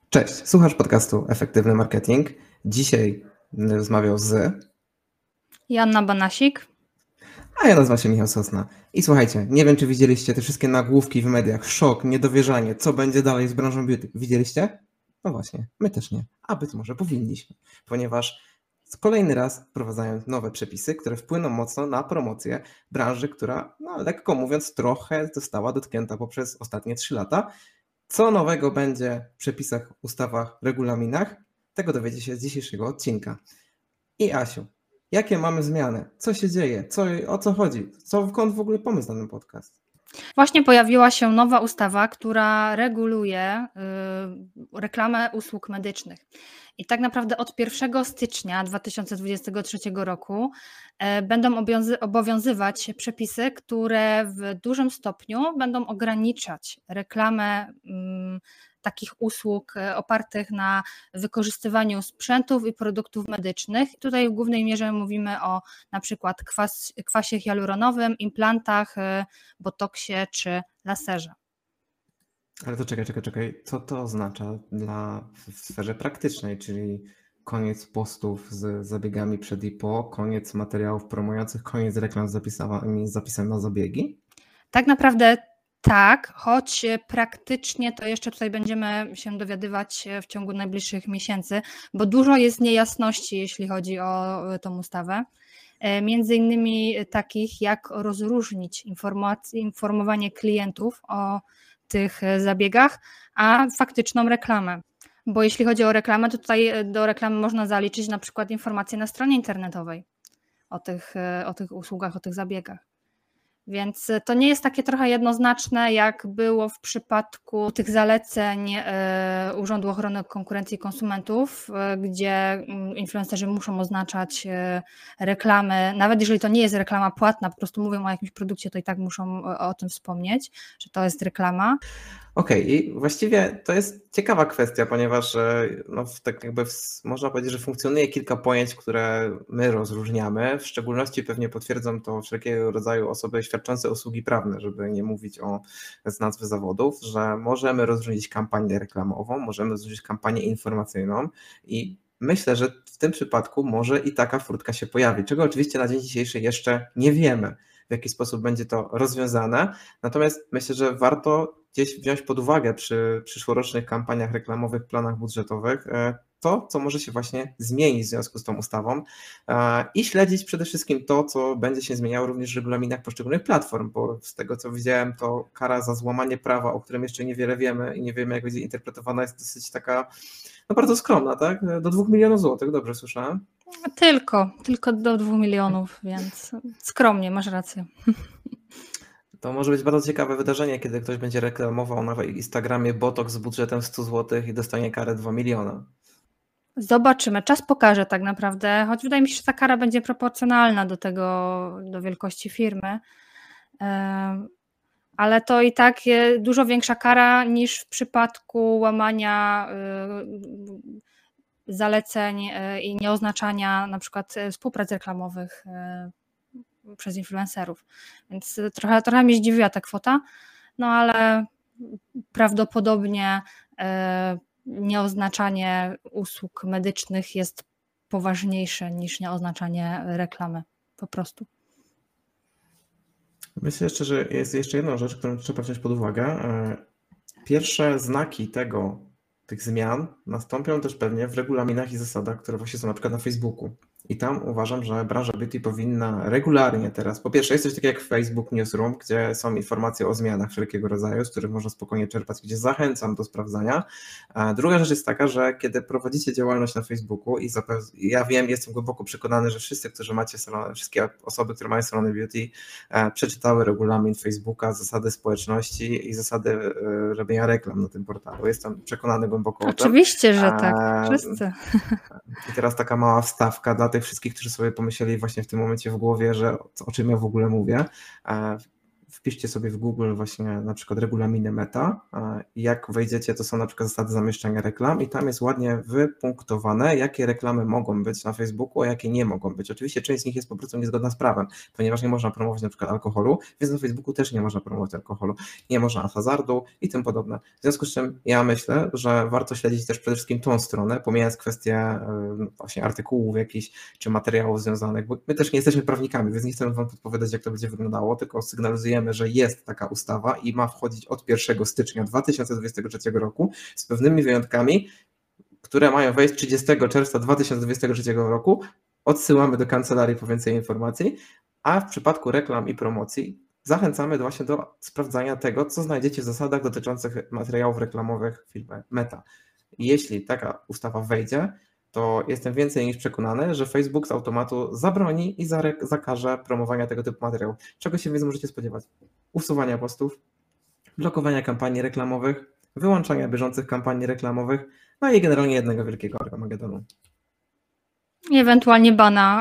Cześć, słuchasz podcastu Efektywny Marketing. Dzisiaj rozmawiał Joanna Banasik. a ja nazywam się Michał Sosna. I słuchajcie, nie wiem, czy widzieliście te wszystkie nagłówki w mediach, szok, niedowierzanie, co będzie dalej z branżą beauty. Widzieliście? No właśnie, my też nie, a być może powinniśmy, ponieważ kolejny raz wprowadzają nowe przepisy, które wpłyną mocno na promocję branży, która, lekko mówiąc, trochę została dotknięta poprzez ostatnie 3 lata. Co nowego będzie w przepisach, ustawach, regulaminach? Tego dowiecie się z dzisiejszego odcinka. I Asiu, jakie mamy zmiany? Co się dzieje? O co chodzi? Skąd w ogóle pomysł na ten podcast? Właśnie pojawiła się nowa ustawa, która reguluje reklamę usług medycznych. I tak naprawdę od 1 stycznia 2023 roku będą obowiązywać przepisy, które w dużym stopniu będą ograniczać reklamę takich usług opartych na wykorzystywaniu sprzętów i produktów medycznych. Tutaj w głównej mierze mówimy o na przykład kwasie hialuronowym, implantach, botoksie czy laserze. Ale to czekaj. Co to oznacza w sferze praktycznej, czyli koniec postów z zabiegami przed i po, koniec materiałów promujących, koniec reklam z zapisem na zabiegi? Tak naprawdę tak, choć praktycznie to jeszcze tutaj będziemy się dowiadywać w ciągu najbliższych miesięcy, bo dużo jest niejasności, jeśli chodzi o tą ustawę. Między innymi takich, jak rozróżnić informowanie klientów o tych zabiegach, a faktyczną reklamę. Bo jeśli chodzi o reklamę, to tutaj do reklamy można zaliczyć na przykład informacje na stronie internetowej o tych usługach, o tych zabiegach. Więc to nie jest takie trochę jednoznaczne, jak było w przypadku tych zaleceń Urzędu Ochrony Konkurencji i Konsumentów, gdzie influencerzy muszą oznaczać reklamy, nawet jeżeli to nie jest reklama płatna, po prostu mówią o jakimś produkcie, to i tak muszą o tym wspomnieć, że to jest reklama. Okej, i właściwie to jest ciekawa kwestia, ponieważ tak jakby można powiedzieć, że funkcjonuje kilka pojęć, które my rozróżniamy. W szczególności pewnie potwierdzą to wszelkiego rodzaju osoby świadczące usługi prawne, żeby nie mówić z nazwy zawodów, że możemy rozróżnić kampanię reklamową, możemy rozróżnić kampanię informacyjną i myślę, że w tym przypadku może i taka furtka się pojawi, czego oczywiście na dzień dzisiejszy jeszcze nie wiemy, w jaki sposób będzie to rozwiązane. Natomiast myślę, że warto gdzieś wziąć pod uwagę przy przyszłorocznych kampaniach reklamowych, planach budżetowych to, co może się właśnie zmienić w związku z tą ustawą i śledzić przede wszystkim to, co będzie się zmieniało również w regulaminach poszczególnych platform, bo z tego, co widziałem, to kara za złamanie prawa, o którym jeszcze niewiele wiemy i nie wiemy, jak będzie interpretowana, jest dosyć taka bardzo skromna, tak? Do 2 milionów złotych, dobrze słyszałem? Tylko do 2 milionów, więc skromnie, masz rację. To może być bardzo ciekawe wydarzenie, kiedy ktoś będzie reklamował na Instagramie botox z budżetem 100 zł i dostanie karę 2 miliona. Zobaczymy, czas pokaże tak naprawdę, choć wydaje mi się, że ta kara będzie proporcjonalna do wielkości firmy, ale to i tak dużo większa kara niż w przypadku łamania zaleceń i nieoznaczania na przykład współprac reklamowych przez influencerów, więc trochę mnie zdziwiła ta kwota, no ale prawdopodobnie nieoznaczanie usług medycznych jest poważniejsze niż nieoznaczanie reklamy, po prostu. Myślę jeszcze, że jest jeszcze jedna rzecz, którą trzeba wziąć pod uwagę. Pierwsze znaki tych zmian nastąpią też pewnie w regulaminach i zasadach, które właśnie są na przykład na Facebooku. I tam uważam, że branża beauty powinna regularnie teraz, po pierwsze jest coś takiego jak Facebook Newsroom, gdzie są informacje o zmianach wszelkiego rodzaju, z których można spokojnie czerpać, gdzie zachęcam do sprawdzania. A druga rzecz jest taka, że kiedy prowadzicie działalność na Facebooku i ja wiem, jestem głęboko przekonany, że wszyscy, którzy macie salony, wszystkie osoby, które mają salony beauty, przeczytały regulamin Facebooka, zasady społeczności i zasady robienia reklam na tym portalu. Jestem przekonany głęboko o tym. Oczywiście, że tak, wszyscy. I teraz taka mała wstawka dla tych wszystkich, którzy sobie pomyśleli właśnie w tym momencie w głowie, że o czym ja w ogóle mówię. wpiszcie sobie w Google właśnie na przykład regulaminy Meta i jak wejdziecie, to są na przykład zasady zamieszczania reklam i tam jest ładnie wypunktowane, jakie reklamy mogą być na Facebooku, a jakie nie mogą być. Oczywiście część z nich jest po prostu niezgodna z prawem, ponieważ nie można promować na przykład alkoholu, więc na Facebooku też nie można promować alkoholu, nie można hazardu i tym podobne. W związku z czym ja myślę, że warto śledzić też przede wszystkim tą stronę, pomijając kwestie właśnie artykułów jakichś czy materiałów związanych, bo my też nie jesteśmy prawnikami, więc nie chcemy wam podpowiadać, jak to będzie wyglądało, tylko sygnalizujemy, że jest taka ustawa i ma wchodzić od 1 stycznia 2023 roku z pewnymi wyjątkami, które mają wejść 30 czerwca 2023 roku. Odsyłamy do kancelarii po więcej informacji, a w przypadku reklam i promocji zachęcamy właśnie do sprawdzania tego, co znajdziecie w zasadach dotyczących materiałów reklamowych w firmie Meta. Jeśli taka ustawa wejdzie, to jestem więcej niż przekonany, że Facebook z automatu zabroni i zakaże promowania tego typu materiałów. Czego się więc możecie spodziewać? Usuwania postów, blokowania kampanii reklamowych, wyłączania bieżących kampanii reklamowych, no i generalnie jednego wielkiego Armagedonu. I ewentualnie bana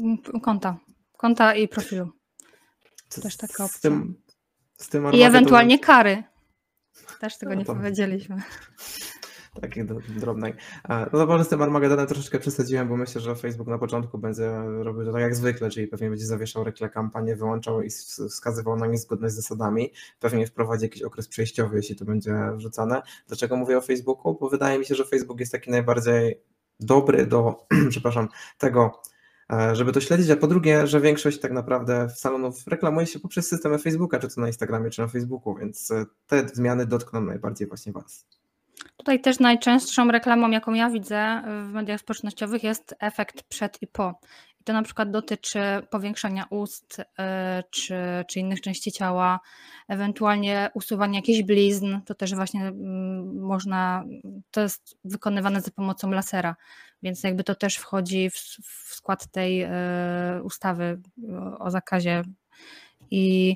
konta i profilu. Też taka opcja. Z tym I ewentualnie kary. Też tego nie to powiedzieliśmy. Takiej drobnej. No może z tym Armagedonem troszeczkę przesadziłem, bo myślę, że Facebook na początku będzie robił to tak jak zwykle, czyli pewnie będzie zawieszał kampanię, wyłączał i wskazywał na niezgodność z zasadami. Pewnie wprowadzi jakiś okres przejściowy, jeśli to będzie wrzucane. Dlaczego mówię o Facebooku? Bo wydaje mi się, że Facebook jest taki najbardziej dobry do, tego, żeby to śledzić, a po drugie, że większość tak naprawdę salonów reklamuje się poprzez systemy Facebooka, czy to na Instagramie, czy na Facebooku, więc te zmiany dotkną najbardziej właśnie Was. Tutaj też najczęstszą reklamą, jaką ja widzę w mediach społecznościowych, jest efekt przed i po. I to na przykład dotyczy powiększania ust czy innych części ciała, ewentualnie usuwania jakichś blizn. To też właśnie można, to jest wykonywane za pomocą lasera, więc jakby to też wchodzi w skład tej ustawy o zakazie. I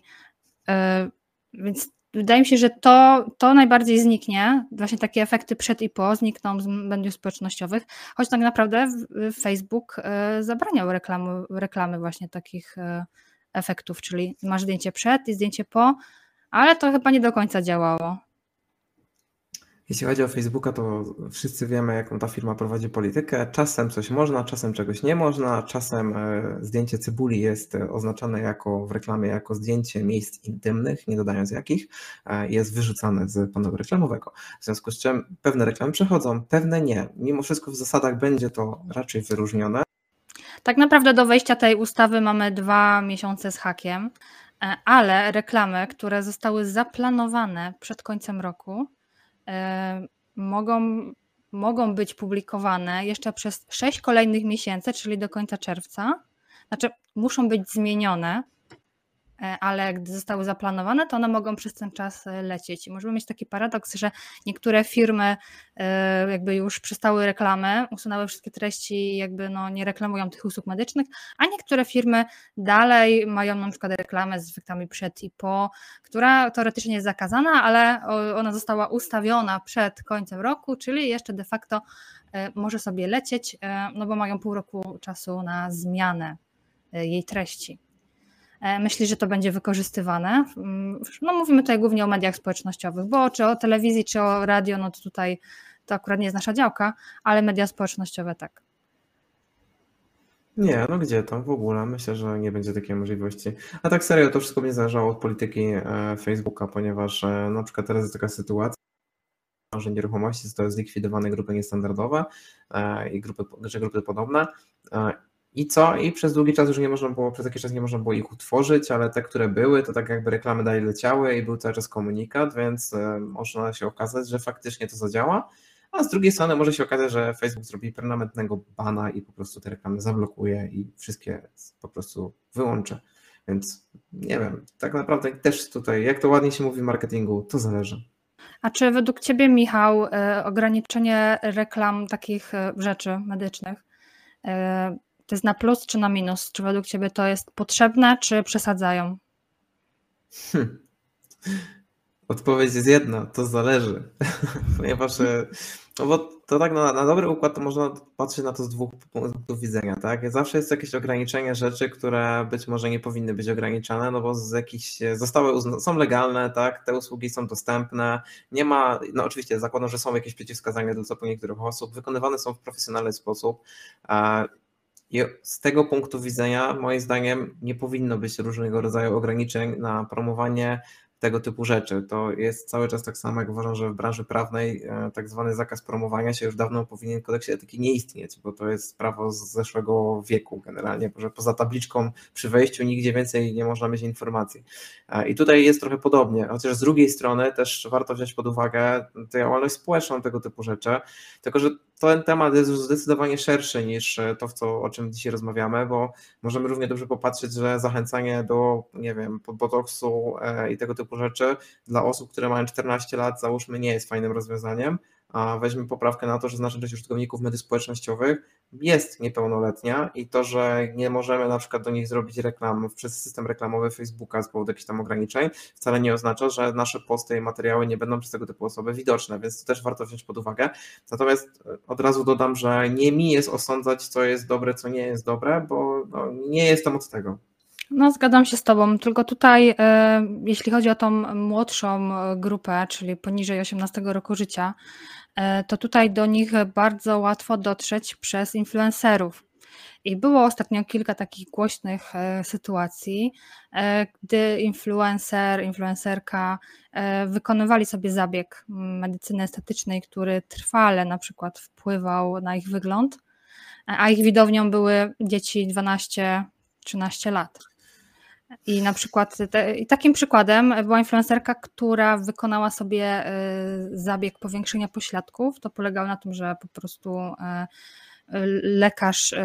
więc wydaje mi się, że to najbardziej zniknie, właśnie takie efekty przed i po znikną z mediów społecznościowych, choć tak naprawdę Facebook zabraniał reklamy właśnie takich efektów, czyli masz zdjęcie przed i zdjęcie po, ale to chyba nie do końca działało. Jeśli chodzi o Facebooka, to wszyscy wiemy, jaką ta firma prowadzi politykę. Czasem coś można, czasem czegoś nie można, czasem zdjęcie cebuli jest oznaczane w reklamie jako zdjęcie miejsc intymnych, nie dodając jakich, jest wyrzucane z panelu reklamowego. W związku z czym pewne reklamy przechodzą, pewne nie. Mimo wszystko w zasadach będzie to raczej wyróżnione. Tak naprawdę do wejścia tej ustawy mamy 2 miesiące z hakiem, ale reklamy, które zostały zaplanowane przed końcem roku, mogą być publikowane jeszcze przez 6 kolejnych miesięcy, czyli do końca czerwca. Znaczy muszą być zmienione, ale gdy zostały zaplanowane, to one mogą przez ten czas lecieć. I możemy mieć taki paradoks, że niektóre firmy jakby już przestały reklamę, usunęły wszystkie treści i jakby nie reklamują tych usług medycznych, a niektóre firmy dalej mają na przykład reklamę z efektami przed i po, która teoretycznie jest zakazana, ale ona została ustawiona przed końcem roku, czyli jeszcze de facto może sobie lecieć, bo mają pół roku czasu na zmianę jej treści. Myśli, że to będzie wykorzystywane. Mówimy tutaj głównie o mediach społecznościowych, bo czy o telewizji, czy o radio, to tutaj to akurat nie jest nasza działka, ale media społecznościowe tak. Nie, gdzie tam w ogóle? Myślę, że nie będzie takiej możliwości. A tak serio, to wszystko będzie zależało od polityki Facebooka, ponieważ na przykład teraz jest taka sytuacja, że nieruchomości zostały zlikwidowane grupy niestandardowe i grupy podobne. I co? I przez długi czas już nie można było, przez jakiś czas nie można było ich utworzyć, ale te, które były, to tak jakby reklamy dalej leciały i był cały czas komunikat, więc można się okazać, że faktycznie to zadziała, a z drugiej strony może się okazać, że Facebook zrobi permanentnego bana i po prostu te reklamy zablokuje i wszystkie po prostu wyłączy. Więc nie wiem, tak naprawdę też tutaj, jak to ładnie się mówi w marketingu, to zależy. A czy według Ciebie, Michał, ograniczenie reklam takich rzeczy medycznych to jest na plus czy na minus? Czy według Ciebie to jest potrzebne, czy przesadzają? Odpowiedź jest jedna, to zależy, ponieważ No bo to tak na dobry układ to można patrzeć na to z dwóch punktów widzenia, tak? Zawsze jest jakieś ograniczenie rzeczy, które być może nie powinny być ograniczane, no bo z jakichś są legalne, tak? Te usługi są dostępne, nie ma, no oczywiście zakładam, że są jakieś przeciwwskazania dla co niektórych osób, wykonywane są w profesjonalny sposób. I z tego punktu widzenia, moim zdaniem, nie powinno być różnego rodzaju ograniczeń na promowanie tego typu rzeczy. To jest cały czas tak samo, jak uważam, że w branży prawnej tak zwany zakaz promowania się już dawno powinien w kodeksie etyki nie istnieć, bo to jest prawo z zeszłego wieku generalnie, że poza tabliczką przy wejściu nigdzie więcej nie można mieć informacji. I tutaj jest trochę podobnie, chociaż z drugiej strony też warto wziąć pod uwagę działalność społeczną tego typu rzeczy, tylko że ten temat jest już zdecydowanie szerszy niż to, o czym dzisiaj rozmawiamy, bo możemy równie dobrze popatrzeć, że zachęcanie do, nie wiem, botoksu i tego typu rzeczy dla osób, które mają 14 lat, załóżmy, nie jest fajnym rozwiązaniem, a weźmy poprawkę na to, że znaczna część użytkowników mediów społecznościowych jest niepełnoletnia i to, że nie możemy na przykład do nich zrobić reklam przez system reklamowy Facebooka z powodu jakichś tam ograniczeń, wcale nie oznacza, że nasze posty i materiały nie będą przez tego typu osoby widoczne, więc to też warto wziąć pod uwagę. Natomiast od razu dodam, że nie mi jest osądzać, co jest dobre, co nie jest dobre, bo no, nie jestem od tego. No, zgadzam się z Tobą, tylko tutaj jeśli chodzi o tą młodszą grupę, czyli poniżej 18 roku życia, to tutaj do nich bardzo łatwo dotrzeć przez influencerów. I było ostatnio kilka takich głośnych sytuacji, gdy influencerka wykonywali sobie zabieg medycyny estetycznej, który trwale na przykład wpływał na ich wygląd, a ich widownią były dzieci 12-13 lat. I na przykład takim przykładem była influencerka, która wykonała sobie zabieg powiększenia pośladków. To polegało na tym, że po prostu lekarz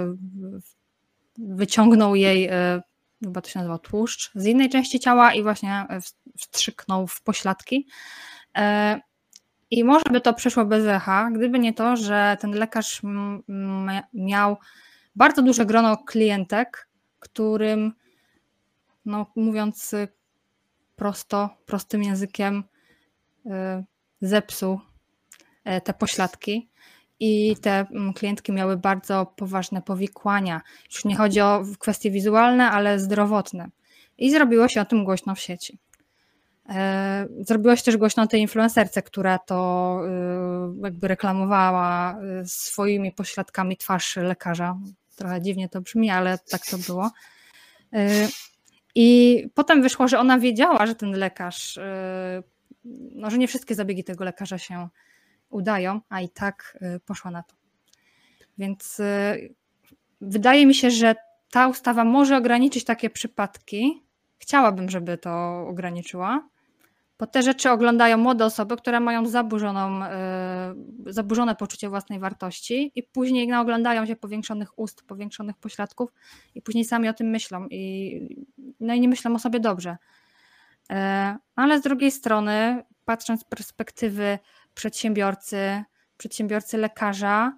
wyciągnął jej, chyba to się nazywa tłuszcz, z innej części ciała i właśnie wstrzyknął w pośladki. I może by to przeszło bez echa, gdyby nie to, że ten lekarz miał bardzo duże grono klientek, którym, no mówiąc prostym językiem, zepsuł te pośladki i te klientki miały bardzo poważne powikłania. Już nie chodzi o kwestie wizualne, ale zdrowotne. I zrobiło się o tym głośno w sieci. Zrobiło się też głośno o tej influencerce, która to jakby reklamowała swoimi pośladkami twarz lekarza. Trochę dziwnie to brzmi, ale tak to było. I potem wyszło, że ona wiedziała, że ten lekarz, no, że nie wszystkie zabiegi tego lekarza się udają, a i tak poszła na to. Więc wydaje mi się, że ta ustawa może ograniczyć takie przypadki. Chciałabym, żeby to ograniczyła, bo te rzeczy oglądają młode osoby, które mają zaburzone poczucie własnej wartości i później naoglądają się powiększonych ust, powiększonych pośladków i później sami o tym myślą i nie myślą o sobie dobrze. Ale z drugiej strony, patrząc z perspektywy przedsiębiorcy lekarza,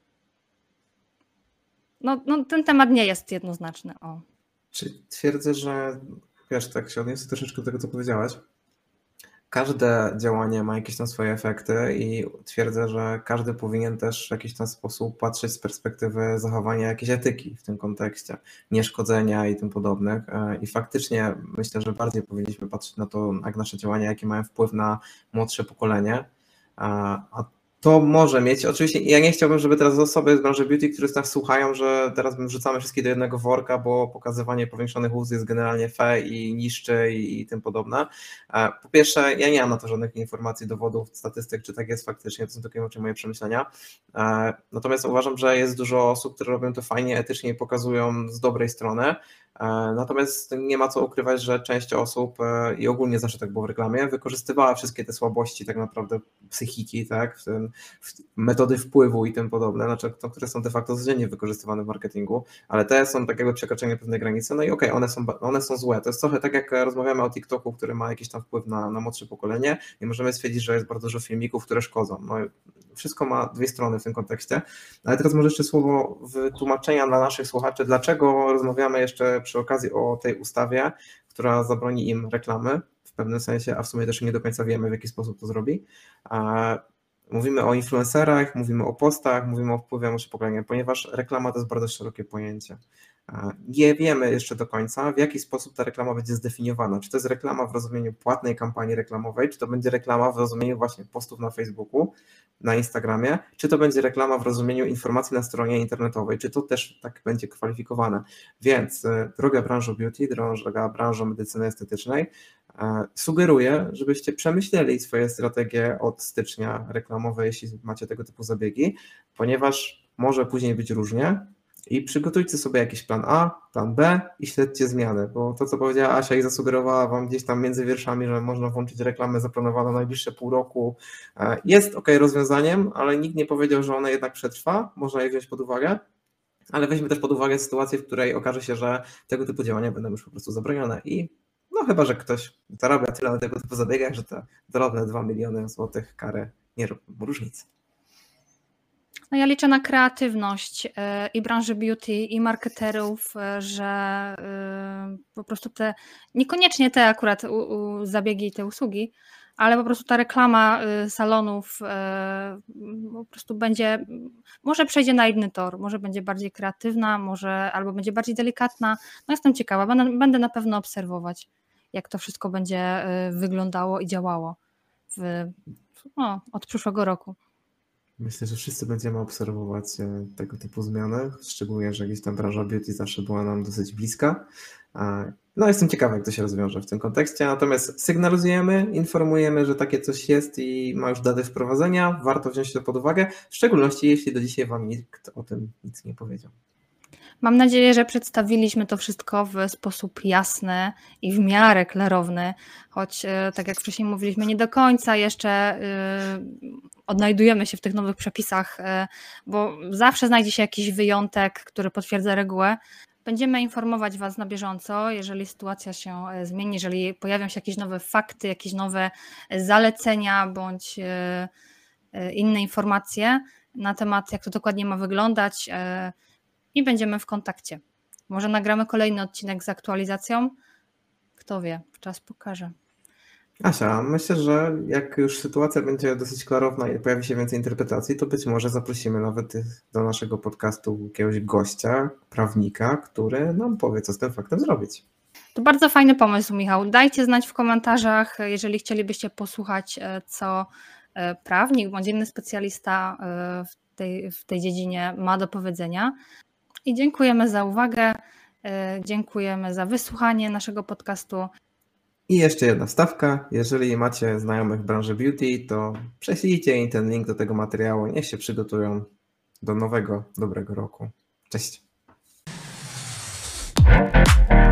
no ten temat nie jest jednoznaczny. Czyli twierdzę, że wiesz, tak się odniosę troszeczkę do tego, co powiedziałaś. Każde działanie ma jakieś tam swoje efekty i twierdzę, że każdy powinien też w jakiś tam sposób patrzeć z perspektywy zachowania jakiejś etyki w tym kontekście, nieszkodzenia i tym podobnych. I faktycznie myślę, że bardziej powinniśmy patrzeć na to, jak nasze działania, jakie mają wpływ na młodsze pokolenie. A to może mieć, oczywiście ja nie chciałbym, żeby teraz osoby z branży beauty, które nas słuchają, że teraz wrzucamy wszystkich do jednego worka, bo pokazywanie powiększonych ust jest generalnie i niszczy i tym podobne. Po pierwsze, ja nie mam na to żadnych informacji, dowodów, statystyk, czy tak jest faktycznie, to są takie moje przemyślenia. Natomiast uważam, że jest dużo osób, które robią to fajnie, etycznie i pokazują z dobrej strony. Natomiast nie ma co ukrywać, że część osób i ogólnie zawsze tak było w reklamie, wykorzystywała wszystkie te słabości tak naprawdę psychiki, tak, metody wpływu i tym podobne, znaczy, które są de facto codziennie wykorzystywane w marketingu, ale te są tak jakby przekroczenie pewnej granicy, no i okej, one są złe. To jest trochę tak jak rozmawiamy o TikToku, który ma jakiś tam wpływ na młodsze pokolenie i możemy stwierdzić, że jest bardzo dużo filmików, które szkodzą. No, wszystko ma dwie strony w tym kontekście, ale teraz może jeszcze słowo wytłumaczenia dla naszych słuchaczy, dlaczego rozmawiamy jeszcze przy okazji o tej ustawie, która zabroni im reklamy w pewnym sensie, a w sumie też nie do końca wiemy, w jaki sposób to zrobi. Mówimy o influencerach, mówimy o postach, mówimy o wpływie na nasze pokolenie, ponieważ reklama to jest bardzo szerokie pojęcie. Nie wiemy jeszcze do końca, w jaki sposób ta reklama będzie zdefiniowana. Czy to jest reklama w rozumieniu płatnej kampanii reklamowej, czy to będzie reklama w rozumieniu właśnie postów na Facebooku, na Instagramie, czy to będzie reklama w rozumieniu informacji na stronie internetowej, czy to też tak będzie kwalifikowane. Więc droga branżo beauty, droga branżo medycyny estetycznej, sugeruję, żebyście przemyśleli swoje strategie od stycznia reklamowe, jeśli macie tego typu zabiegi, ponieważ może później być różnie i przygotujcie sobie jakiś plan A, plan B i śledźcie zmiany, bo to, co powiedziała Asia i zasugerowała Wam gdzieś tam między wierszami, że można włączyć reklamę zaplanowaną na najbliższe pół roku, jest ok rozwiązaniem, ale nikt nie powiedział, że ona jednak przetrwa, można je wziąć pod uwagę, ale weźmy też pod uwagę sytuację, w której okaże się, że tego typu działania będą już po prostu zabronione i no chyba, że ktoś zarabia tyle na tego typu zabiegach, że te drobne 2 miliony złotych karę nie robią różnicy. No ja liczę na kreatywność i branży beauty, i marketerów, że po prostu te, niekoniecznie te akurat zabiegi i te usługi, ale po prostu ta reklama salonów po prostu będzie, może przejdzie na inny tor, może będzie bardziej kreatywna, może albo będzie bardziej delikatna. No jestem ciekawa, będę na pewno obserwować, jak to wszystko będzie wyglądało i działało od przyszłego roku. Myślę, że wszyscy będziemy obserwować tego typu zmiany, szczególnie, że gdzieś tam branża beauty zawsze była nam dosyć bliska. No jestem ciekawy, jak to się rozwiąże w tym kontekście, natomiast sygnalizujemy, informujemy, że takie coś jest i ma już datę wprowadzenia, warto wziąć to pod uwagę, w szczególności jeśli do dzisiaj Wam nikt o tym nic nie powiedział. Mam nadzieję, że przedstawiliśmy to wszystko w sposób jasny i w miarę klarowny, choć tak jak wcześniej mówiliśmy, nie do końca jeszcze odnajdujemy się w tych nowych przepisach, bo zawsze znajdzie się jakiś wyjątek, który potwierdza regułę. Będziemy informować Was na bieżąco, jeżeli sytuacja się zmieni, jeżeli pojawią się jakieś nowe fakty, jakieś nowe zalecenia bądź inne informacje na temat, jak to dokładnie ma wyglądać, i będziemy w kontakcie. Może nagramy kolejny odcinek z aktualizacją? Kto wie, czas pokaże. Asia, myślę, że jak już sytuacja będzie dosyć klarowna i pojawi się więcej interpretacji, to być może zaprosimy nawet do naszego podcastu jakiegoś gościa, prawnika, który nam powie, co z tym faktem zrobić. To bardzo fajny pomysł, Michał. Dajcie znać w komentarzach, jeżeli chcielibyście posłuchać, co prawnik bądź inny specjalista w tej dziedzinie ma do powiedzenia. I dziękujemy za uwagę, dziękujemy za wysłuchanie naszego podcastu. I jeszcze jedna wstawka, jeżeli macie znajomych w branży beauty, to prześlijcie im ten link do tego materiału, niech się przygotują do nowego, dobrego roku. Cześć!